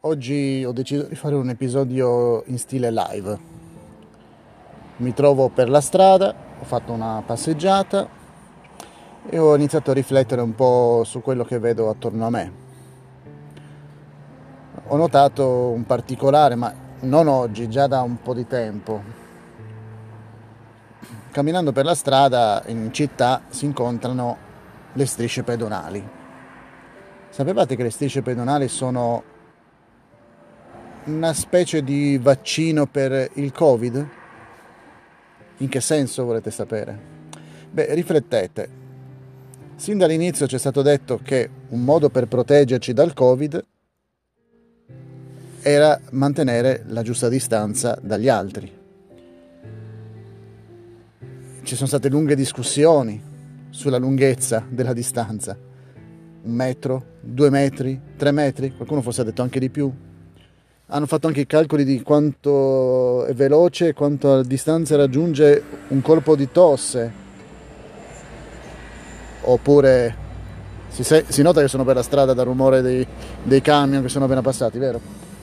Oggi ho deciso di fare un episodio in stile live. Mi trovo per la strada, ho fatto una passeggiata e ho iniziato a riflettere un po' su quello che vedo attorno a me. Ho notato un particolare, ma non oggi, già da un po' di tempo. Camminando per la strada in città si incontrano le strisce pedonali. Sapevate che le strisce pedonali sono una specie di vaccino per il Covid? In che senso volete sapere? Beh, riflettete. Sin dall'inizio c'è stato detto che un modo per proteggerci dal Covid era mantenere la giusta distanza dagli altri. Ci sono state lunghe discussioni sulla lunghezza della distanza. 1 metro, 2 metri, 3 metri, qualcuno forse ha detto anche di più. Hanno fatto anche i calcoli di quanto è veloce, quanto a distanza raggiunge un colpo di tosse. Oppure si nota che sono per la strada dal rumore dei camion che sono appena passati, vero?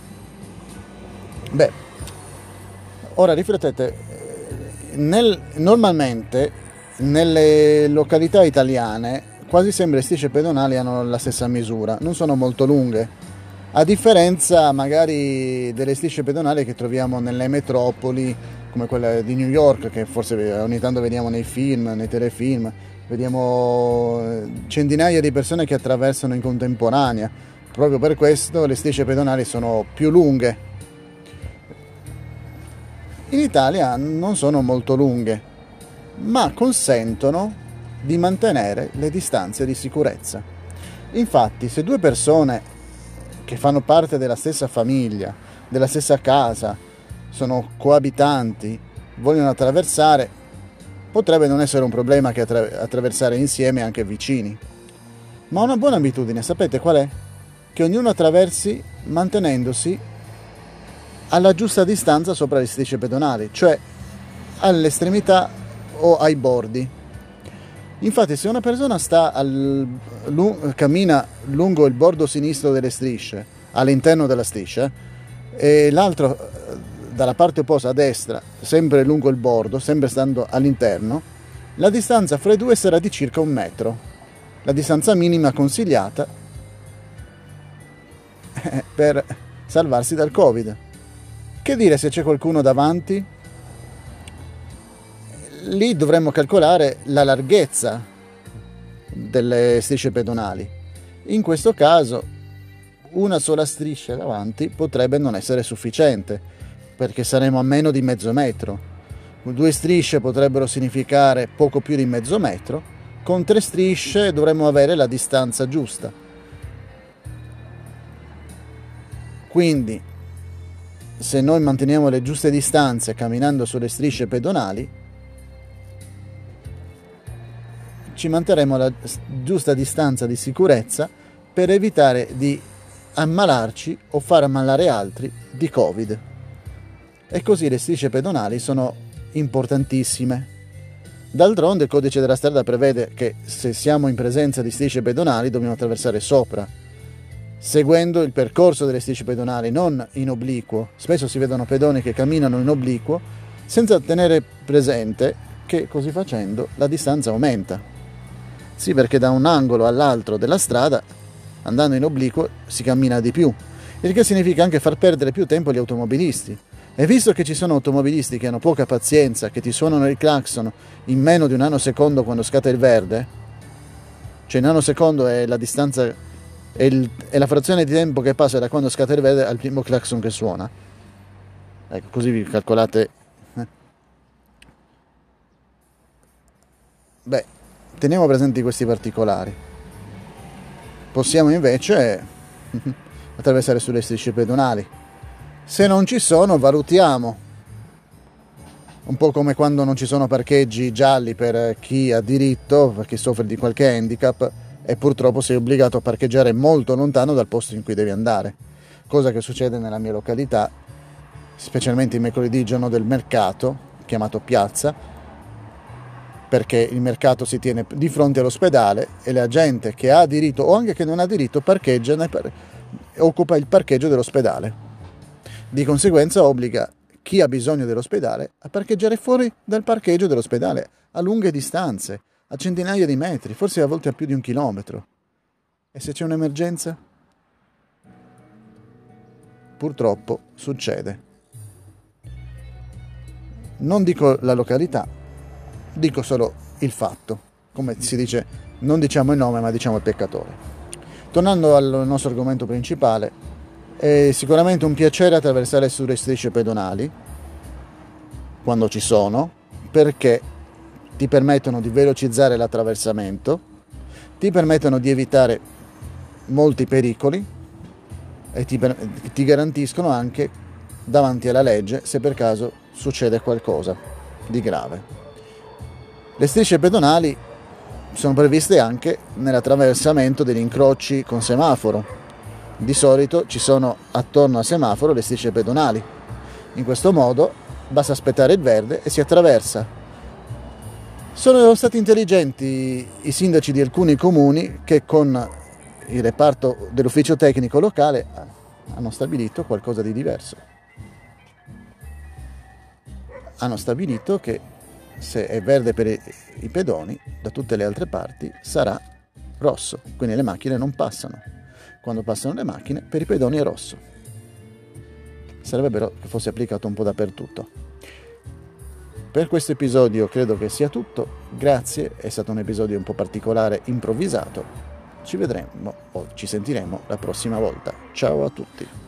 Beh, ora riflettete, normalmente nelle località italiane quasi sempre le strisce pedonali hanno la stessa misura, non sono molto lunghe. A differenza magari delle strisce pedonali che troviamo nelle metropoli come quella di New York, che forse ogni tanto vediamo nei film, nei telefilm, vediamo centinaia di persone che attraversano in contemporanea. Proprio per questo le strisce pedonali sono più lunghe. In Italia non sono molto lunghe, ma consentono di mantenere le distanze di sicurezza. Infatti, se due persone che fanno parte della stessa famiglia, della stessa casa, sono coabitanti, vogliono attraversare, potrebbe non essere un problema che attraversare insieme anche vicini. Ma una buona abitudine, sapete qual è? Che ognuno attraversi mantenendosi alla giusta distanza sopra le strisce pedonali, cioè all'estremità o ai bordi. Infatti, se una persona cammina lungo il bordo sinistro delle strisce, all'interno della striscia, e l'altro dalla parte opposta a destra, sempre lungo il bordo, sempre stando all'interno, la distanza fra i due sarà di circa 1 metro, la distanza minima consigliata per salvarsi dal Covid. Che dire se c'è qualcuno davanti? Lì dovremmo calcolare la larghezza delle strisce pedonali. In questo caso una sola striscia davanti potrebbe non essere sufficiente, perché saremo a meno di mezzo metro. 2 strisce potrebbero significare poco più di mezzo metro, con 3 strisce dovremmo avere la distanza giusta. Quindi se noi manteniamo le giuste distanze camminando sulle strisce pedonali, ci manterremo la giusta distanza di sicurezza per evitare di ammalarci o far ammalare altri di Covid. E così le strisce pedonali sono importantissime. D'altronde il codice della strada prevede che se siamo in presenza di strisce pedonali dobbiamo attraversare sopra, seguendo il percorso delle strisce pedonali, non in obliquo. Spesso si vedono pedoni che camminano in obliquo senza tenere presente che così facendo la distanza aumenta. Sì, perché da un angolo all'altro della strada, andando in obliquo, si cammina di più, il che significa anche far perdere più tempo agli automobilisti. E visto che ci sono automobilisti che hanno poca pazienza, che ti suonano il clacson in meno di un nanosecondo quando scatta il verde, cioè il nanosecondo è la distanza, è la frazione di tempo che passa da quando scatta il verde al primo clacson che suona. Ecco, così vi calcolate. Beh, teniamo presenti questi particolari. Possiamo invece attraversare sulle strisce pedonali. Se non ci sono, valutiamo. Un po' come quando non ci sono parcheggi gialli per chi ha diritto, per chi soffre di qualche handicap, e purtroppo sei obbligato a parcheggiare molto lontano dal posto in cui devi andare. Cosa che succede nella mia località, specialmente il mercoledì, giorno del mercato, chiamato piazza, perché il mercato si tiene di fronte all'ospedale e la gente che ha diritto o anche che non ha diritto parcheggia occupa il parcheggio dell'ospedale. Di conseguenza obbliga chi ha bisogno dell'ospedale a parcheggiare fuori dal parcheggio dell'ospedale, a lunghe distanze, a centinaia di metri, forse a volte a più di 1 chilometro. E se c'è un'emergenza? Purtroppo succede. Non dico la località, dico solo il fatto. Come si dice, non diciamo il nome, ma diciamo il peccatore. Tornando al nostro argomento principale, è sicuramente un piacere attraversare sulle strisce pedonali, quando ci sono, perché ti permettono di velocizzare l'attraversamento, ti permettono di evitare molti pericoli e ti garantiscono anche davanti alla legge se per caso succede qualcosa di grave. Le strisce pedonali sono previste anche nell'attraversamento degli incroci con semaforo. Di solito ci sono attorno al semaforo le strisce pedonali. In questo modo basta aspettare il verde e si attraversa. Sono stati intelligenti i sindaci di alcuni comuni che con il reparto dell'ufficio tecnico locale hanno stabilito qualcosa di diverso. Hanno stabilito che se è verde per i pedoni, da tutte le altre parti sarà rosso, quindi le macchine non passano. Quando passano le macchine, per i pedoni è rosso. Sarebbe però che fosse applicato un po' dappertutto. Per questo episodio credo che sia tutto. Grazie, è stato un episodio un po' particolare, improvvisato. Ci vedremo o ci sentiremo la prossima volta. Ciao a tutti.